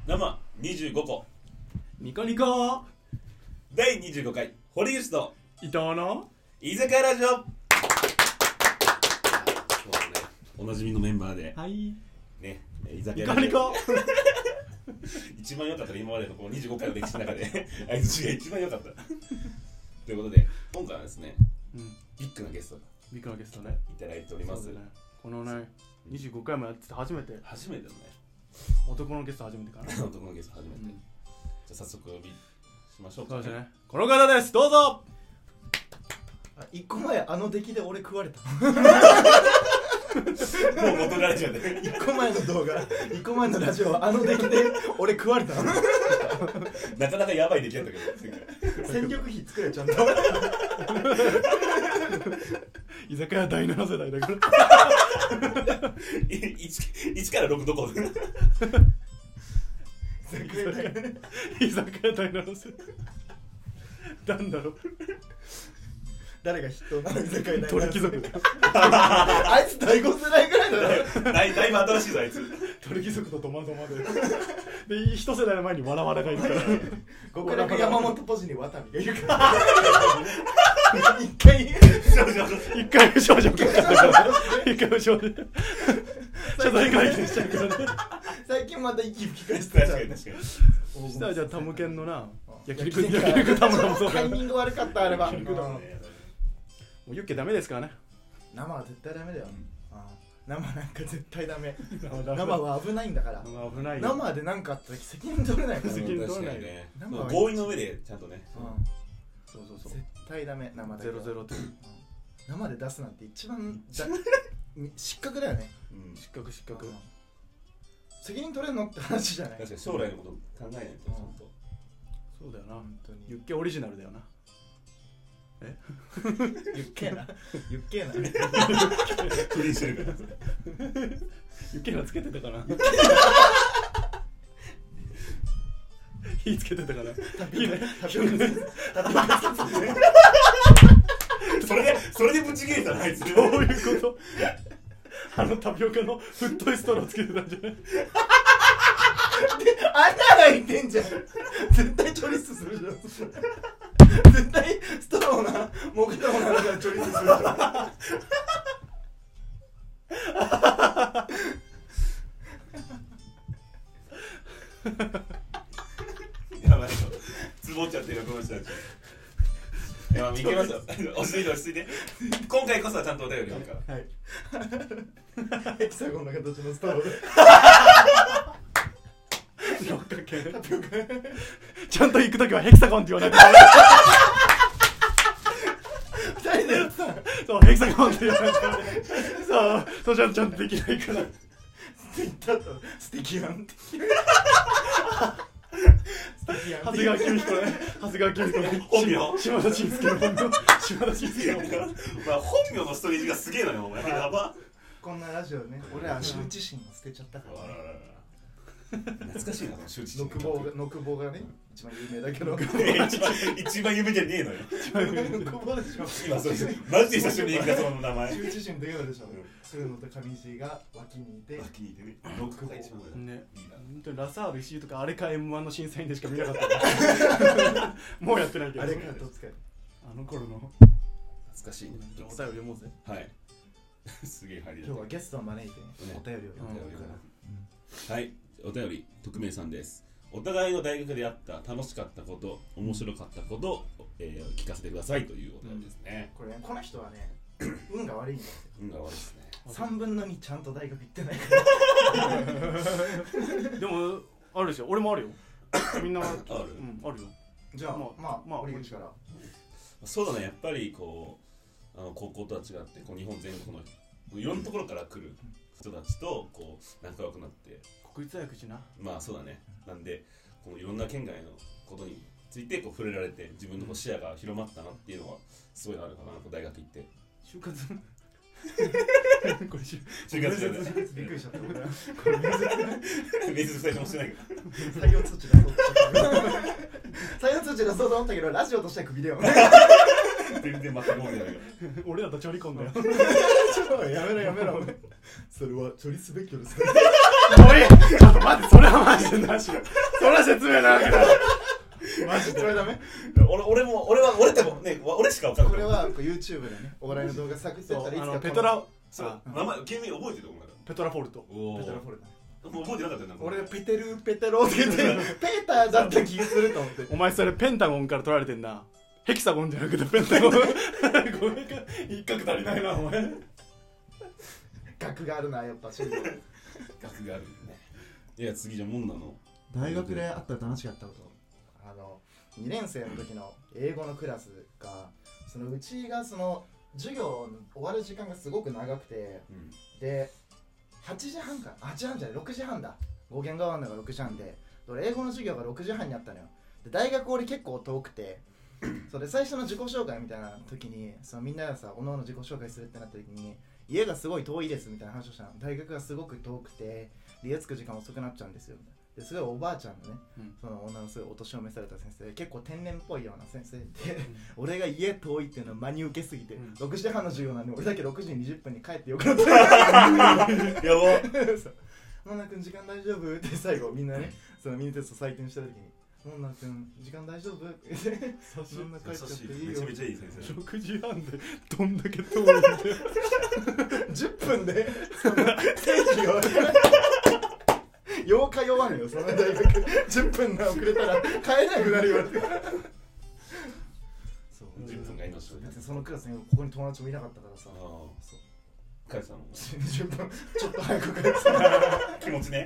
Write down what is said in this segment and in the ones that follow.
生25個ニコニコ第25回堀口と伊藤の居酒屋ラジオ。今日はね、おなじみのメンバーではいね、居酒ニ屋ラジオコニコ一番良かったね、今までのこの25回の歴史の中であいつが一番良かったということで、今回はですね、ビッグなゲストがビッグなゲストねいただいております。 ね、このね25回もやってて初めて初めてのね男のゲスト初めてかな男のゲスト初めて、じゃあ早速お呼びしましょうか。 そうですね、この方です、どうぞ。 1個前あの出来で俺食われたもう元ラジオで 1個前の動画1個前のラジオあの出来で俺食われたなかなかやばい出来だったけど戦力費作れちゃんと居酒屋第7世代だから 1から6どこ居酒屋第7世代なんだろう、 誰が筆頭な居酒屋に鳥貴族あいつ第5世代ぐらいだよだいぶ新しいぞあいつ。 鳥貴族とドマドマで一世代の前にわらわらがいるから極楽山本ポジに渡部がいるから一回少女かかったから一回少女謝罪会見しちゃうからね。 最近また息吹き返してた確かにそしたらじゃあタムケンのな焼肉タムラもそうタイミング悪かったあれはもうユッケダメですからね。 生は絶対ダメだよ、生なんか絶対ダメ生は危ないんだから危ないよ。 生で何かあった時責任取れないから責任取れないよね。 生は合意の上でちゃんとね。 そう絶対ダメ生だけは 00と生で出すなんて一番失格だよね。 失格責任取れんのって話じゃない。 確かに将来のこと考えないとちゃんと。 そうだよな、 本当にユッケオリジナルだよな。 ゆっけえなゆっけえな不倫してるからユッケのつけてたかな火つけてたかなそれでブチ切れたなあいつ。 どういうことあのタピオカの太いストローつけてたんじゃない穴が開いてんじゃん。絶対チョリスするじゃん。絶対ストローなもぐたもなだからチョリスするじゃん。 やばいよ、つぼっちゃってるこの人たち。いや、いけますよ。落ち着いて。今回こそはちゃんとお便り読むから。 はい。ヘキサゴンの形のストローで。 六角形ちゃんと行くときはヘキサゴンって言わないとダメ。 二人でやってた。 そう、ヘキサゴンって言わないとダメ。そうちゃんとできないから。 ツイッターと素敵やんって。 長谷川公彦ね。長谷川公彦ね。 本名島田紳介の本名。島田紳介の本名。 本名のストレージがすげえのよ、お前。やば。 こんなラジオね、俺は羞恥心を捨てちゃったからね。 懐かしいな、この羞恥心。 のくぼがね、一番有名だけど。 一番有名じゃねえのよ。 のくぼでしょ。 今それマジで久しぶりに言ったその名前。 羞恥心だけでしょ。鶴野と上石が脇にいて。 脇にいてね。ロックが一番上だ。 ね。本当にラサール石井とかあれか M1 の審査員でしか見なかったもうやってないけど。 あれからとつける。 あの頃の懐かしいね。 お便り読もうぜ。 はい。すげえ入りだ。 今日はゲストを招いてお便りを読むはい、お便り匿名さんです。お互いの大学であった楽しかったこと、面白かったことを、聞かせてくださいというお便りですね。 これこの人はね運が悪いんですよ。 運が悪いですね。 3分の2ちゃんと大学行ってないからでもあるでしょ、俺もあるよ。みんなある。あるよ。 じゃあまあ堀口から。 そうだね、やっぱりこう高校とは違ってこう日本全国のいろんなところから来る人たちとこう仲良くなって、 国立大学しな。 まあそうだね。なんでこのいろんな県外のことについてこう触れられて自分の視野が広まったなっていうのはすごいあるかな。大学行って就活これ就活じゃない。 びっくりしちゃった。 これ面接2人ともしてないから。 採用通知出そう採用通知出そうと思ったけどラジオとしてはクビだよ。 全然全く思いないから。 俺だとちょり込んだよ。 やめろそれは処理すべきですか。 もういい、ちょっと待って、それはマジでなしよ。 YouTube でねお笑いの動画作ってったらいつかペトラそう名前県名覚えてるお前らペトラフォルトおペトラフォルトもう覚えてなかったよな俺ペテルペテロって言ってペーターだった気がすると思ってお前それペンタゴンから取られてんなヘキサゴンじゃなくてペンタゴンごめんか一角足りないなお前額があるなやっぱ学学があるよねいや次じゃあモンナの大学であった楽しかったこと2年生の時の英語のクラスがそのうちがその授業の終わる時間がすごく長くて、で8時半か8時半じゃない6時半だ語源が終わるのが6時半で俺英語の授業が6時半にあったのよで大学俺結構遠くてそれ最初の自己紹介みたいな時にそのみんながさおのおの自己紹介するってなった時に家がすごい遠いですみたいな話をしたの大学がすごく遠くて家着く時間遅くなっちゃうんですよですごいおばあちゃんのね、その女のすごいお年を召された先生結構天然っぽいような先生で、俺が家遠いっていうのを真に受けすぎて、6時半の授業なんで俺だけ6時20分に帰ってよくなったやばモンナ君時間大丈夫って最後みんなねそのミニテスト採点した時にモンナ君時間大丈夫ってそんな帰っちゃっていいよめちゃめちゃいい先生 6時半でどんだけ遠いんだよ 10分でその定時が分からない8日弱んよその大学10分が遅れたら帰れなくなるよってそう 10分が命だねそのクラスにここに友達もいなかったからさ帰ってたの 10分ちょっと早く帰ってた気持ちね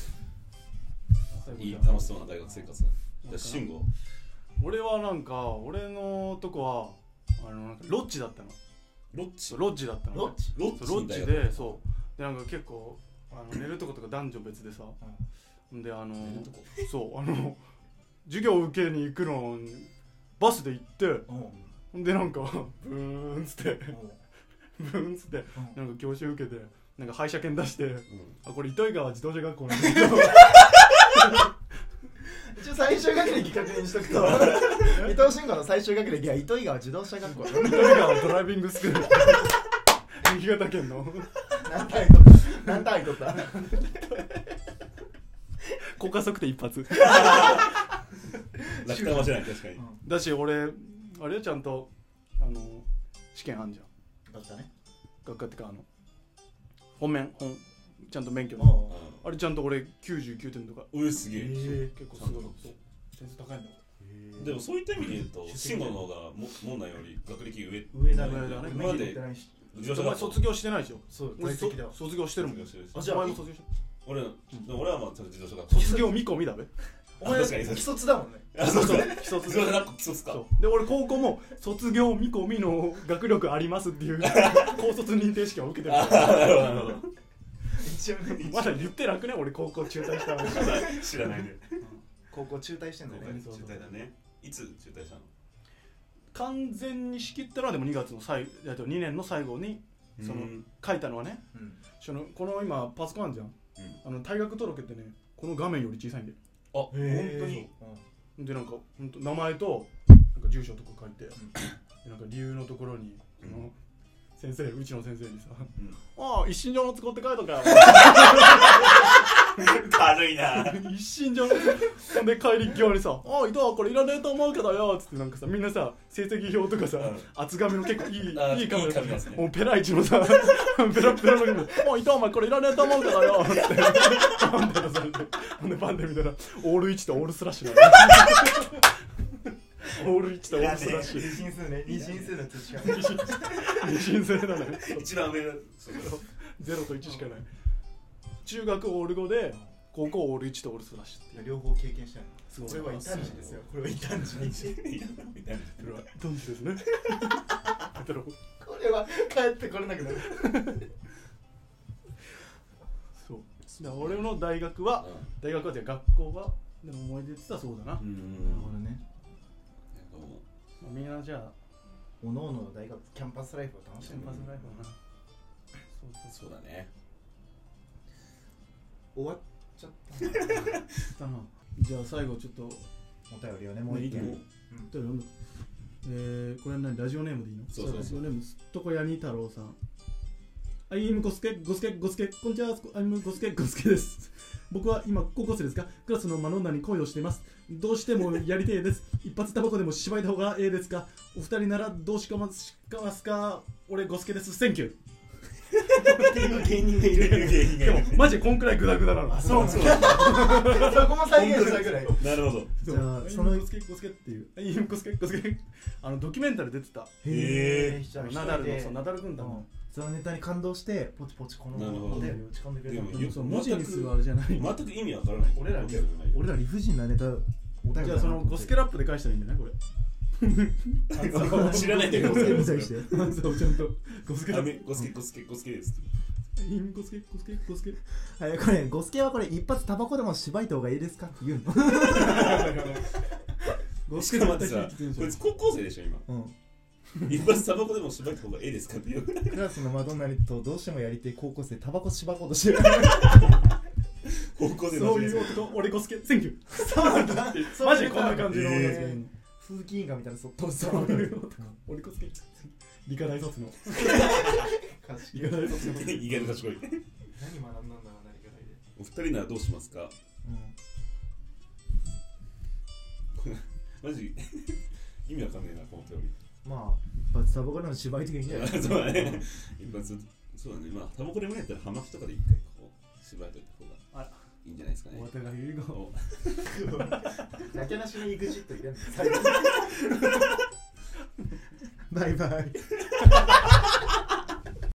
いい楽しそうな大学生活だ慎吾俺はなんか俺のとこはなんかロッジだったのロッチロッジだったのロッチロッジでそうでなんか結構寝るとことか男女別でさ、でそう授業受けに行くのバスで行ってでなんかブーンっつってブーンっつってなんか教習受けてなんか廃車券出して、あこれ糸魚川自動車学校なんだけど一応最終学歴確認しとくと伊藤慎吾の最終学歴は糸魚川自動車学校糸魚川ドライビングスクール新潟県の何単位取った国家測定一発楽天はしない確かにだし俺あれちゃんと試験あんじゃん学科ね学科ってか本ちゃんと免許のあれちゃんと俺99点とかすげえ結構すごい点数高いんだでもそういった意味で言うと慎吾の方がモンナより学歴上だね今までお前卒業してないでしょそう俺卒業してるもんじゃあお前も卒業してる俺はまあ自動車学校卒業見込みだべお前既卒だもんねそう自動車学校既卒かで俺高校も卒業見込みの学力ありますっていう高卒認定試験を受けてるなるほど一応ねまだ言ってなくね俺高校中退したの知らないね高校中退してんだね中退だねいつ中退したの完全に仕切ったのはでも2月の2年の最後にその書いたのはね、この今パソコンあるじゃん、退学届ってねこの画面より小さいんだよ本当にでなんか本当名前となんか住所とか書いて、なんか理由のところに先生うちの先生にさ「ああ一身上の都合って書いとかよ」 軽いな一身上のほんで帰り際にさ「ああ伊藤これいらねえと思うけどよ」っつってなんかさみんなさ成績表とかさ厚紙の結構いい紙ですねもうペライチのさペラペラの紙で「伊藤お前これいらねえと思うけどよ」っつってパンで出されてほんでパンで見たらオール1とオールスラッシュなのオール1とオールスラッシュ二進数ね二進数の通知か二進数だね一番上だ 0と1しかない中学オール5で高校オール1とオールスラッシュって両方経験したいこれは異端児ですよこれは異端児異端児ですねこれは帰ってこれなくなるそうだから俺の大学はっていうか学校はでも思い出ってたそうだななるほどねみんなじゃあおのおの大学キャンパスライフを楽しむキャンパスライフはなそうだね終わっちゃったなじゃあ最後ちょっとお便りをねもう一件これは何ラジオネームでいいのそうラジオネーム床屋に太郎さんアイムゴスケこんにちはアイムゴスケです僕は今高校生ですが、クラスのマドンナに恋をしています。どうしてもやりてえです。一発タバコでもしばいた方がええですか。お二人ならどうしかますか。俺ゴスケです。センキュー。 っていう芸人がいる。 でもマジでこんくらいグダグダなの。 あ、そうそこも再現したぐらい。 なるほど。 じゃあそのゴスケっていうゴスケドキュメンタリー出てた。 へナダルのナダル軍団のそのネタに感動してポチポチこのお便り打ち込んでくれたの。 そう文字にするあれじゃない。 全く意味わからない。 俺ら理不尽なネタお便り。 じゃあそのゴスケラップで返したらいいんだねこれ。 知らないんだけど、 ゴスケに対して。そうちゃんとゴスケです。 ゴスケ。 はい、これゴスケはこれ一発タバコでもしばいた方がいいですかって言うの。 ゴスケの待ってさ、こいつ高校生でしょ今。一発タバコでもしばいた方がいいですかって言う。 クラスのマドンナとどうしてもやりて高校生タバコしばこうとしてる。 高校生そういう男、俺ゴスケ、センキュー。 そうなんだ。 マジこんな感じのやつがいいの。 風紀委員会みたいなそっとそういう男、俺ゴスケ。理科大卒の。理科大卒の。 意外と賢い。 何学んだんだろうな、理科大で。 お二人ならどうしますか。マジ意味わかんねえなこのテオリー。 まあ一発タバコでもしばいていいんじゃない。 そうだね。一発そうだね。まあタバコでもやったら葉巻とかで一回こうしばいといた方がいいんじゃないですかね。 お互い言うご。 なきゃなしのイグジット入れんの。バイバイ。